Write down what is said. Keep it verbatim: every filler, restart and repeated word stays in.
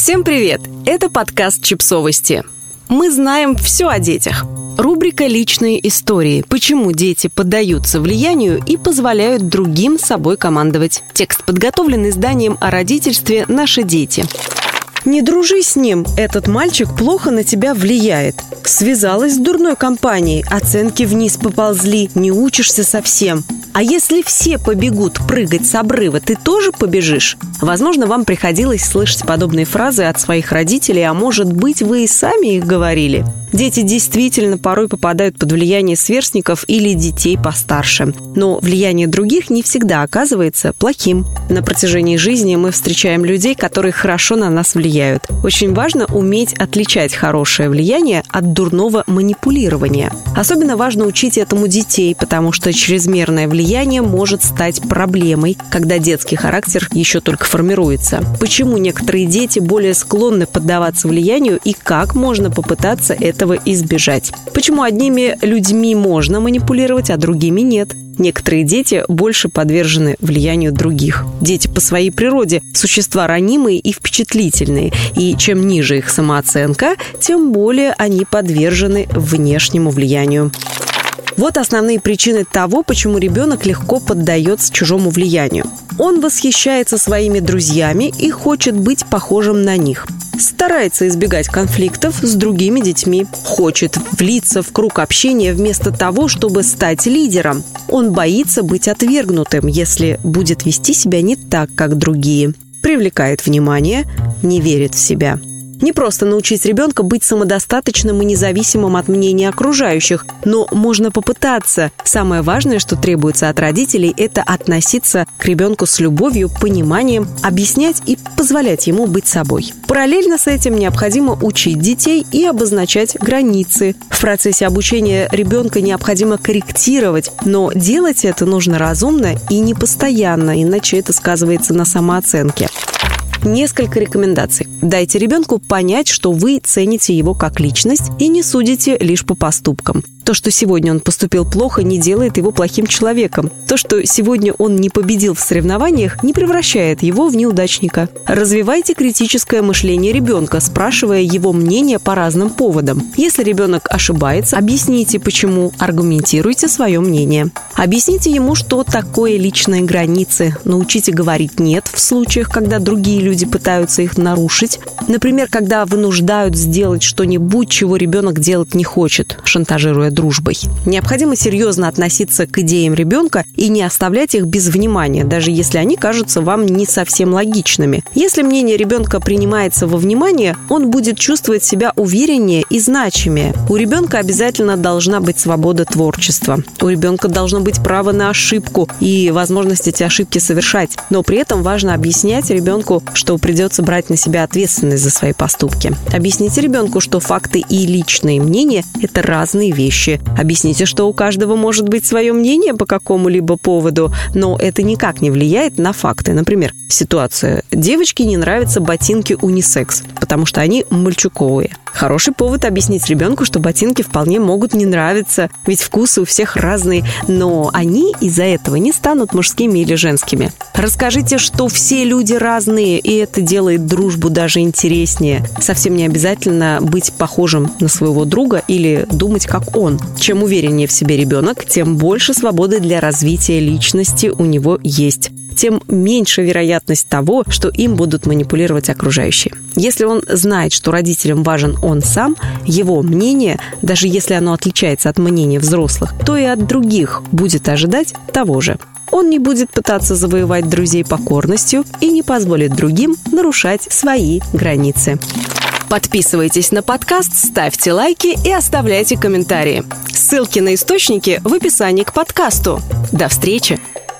Всем привет! Это подкаст «Чипсовости». Мы знаем все о детях. Рубрика «Личные истории». Почему дети поддаются влиянию и позволяют другим собой командовать. Текст подготовлен изданием о родительстве «Наши дети». Не дружи с ним, этот мальчик плохо на тебя влияет. Связалась с дурной компанией, оценки вниз поползли, не учишься совсем. А если все побегут прыгать с обрыва, ты тоже побежишь? Возможно, вам приходилось слышать подобные фразы от своих родителей, а может быть, вы и сами их говорили. Дети действительно порой попадают под влияние сверстников или детей постарше. Но влияние других не всегда оказывается плохим. На протяжении жизни мы встречаем людей, которые хорошо на нас влияют. Очень важно уметь отличать хорошее влияние от дурного манипулирования. Особенно важно учить этому детей, потому что чрезмерное влияние может стать проблемой, когда детский характер еще только формируется. Почему некоторые дети более склонны поддаваться влиянию и как можно попытаться этого избежать? Почему одними людьми можно манипулировать, а другими нет? Некоторые дети больше подвержены влиянию других. Дети по своей природе – существа ранимые и впечатлительные, и чем ниже их самооценка, тем более они подвержены внешнему влиянию. Вот основные причины того, почему ребенок легко поддается чужому влиянию. Он восхищается своими друзьями и хочет быть похожим на них. Старается избегать конфликтов с другими детьми. Хочет влиться в круг общения вместо того, чтобы стать лидером. Он боится быть отвергнутым, если будет вести себя не так, как другие. Привлекает внимание, не верит в себя. Не просто научить ребенка быть самодостаточным и независимым от мнения окружающих, но можно попытаться. Самое важное, что требуется от родителей, это относиться к ребенку с любовью, пониманием, объяснять и позволять ему быть собой. Параллельно с этим необходимо учить детей и обозначать границы. В процессе обучения ребенка необходимо корректировать, но делать это нужно разумно и не постоянно, иначе это сказывается на самооценке. Несколько рекомендаций. Дайте ребенку понять, что вы цените его как личность и не судите лишь по поступкам. То, что сегодня он поступил плохо, не делает его плохим человеком. То, что сегодня он не победил в соревнованиях, не превращает его в неудачника. Развивайте критическое мышление ребенка, спрашивая его мнение по разным поводам. Если ребенок ошибается, объясните, почему, аргументируйте свое мнение. Объясните ему, что такое личные границы. Научите говорить «нет» в случаях, когда другие люди пытаются их нарушить. Например, когда вынуждают сделать что-нибудь, чего ребенок делать не хочет, шантажируя дружбой. Необходимо серьезно относиться к идеям ребенка и не оставлять их без внимания, даже если они кажутся вам не совсем логичными. Если мнение ребенка принимается во внимание, он будет чувствовать себя увереннее и значимее. У ребенка обязательно должна быть свобода творчества. У ребенка должно быть право на ошибку и возможность эти ошибки совершать. Но при этом важно объяснять ребенку, что придется брать на себя ответственность за свои поступки. Объясните ребенку, что факты и личные мнения – это разные вещи. Объясните, что у каждого может быть свое мнение по какому-либо поводу, но это никак не влияет на факты. Например, ситуация. Девочке не нравятся ботинки унисекс, потому что они мальчуковые. Хороший повод объяснить ребенку, что ботинки вполне могут не нравиться, ведь вкусы у всех разные, но они из-за этого не станут мужскими или женскими. Расскажите, что все люди разные, и это делает дружбу даже интереснее. Совсем не обязательно быть похожим на своего друга или думать, как он. Чем увереннее в себе ребенок, тем больше свободы для развития личности у него есть. Тем меньше вероятность того, что им будут манипулировать окружающие. Если он знает, что родителям важен он сам, его мнение, даже если оно отличается от мнения взрослых, то и от других будет ожидать того же. Он не будет пытаться завоевать друзей покорностью и не позволит другим нарушать свои границы. Подписывайтесь на подкаст, ставьте лайки и оставляйте комментарии. Ссылки на источники в описании к подкасту. До встречи!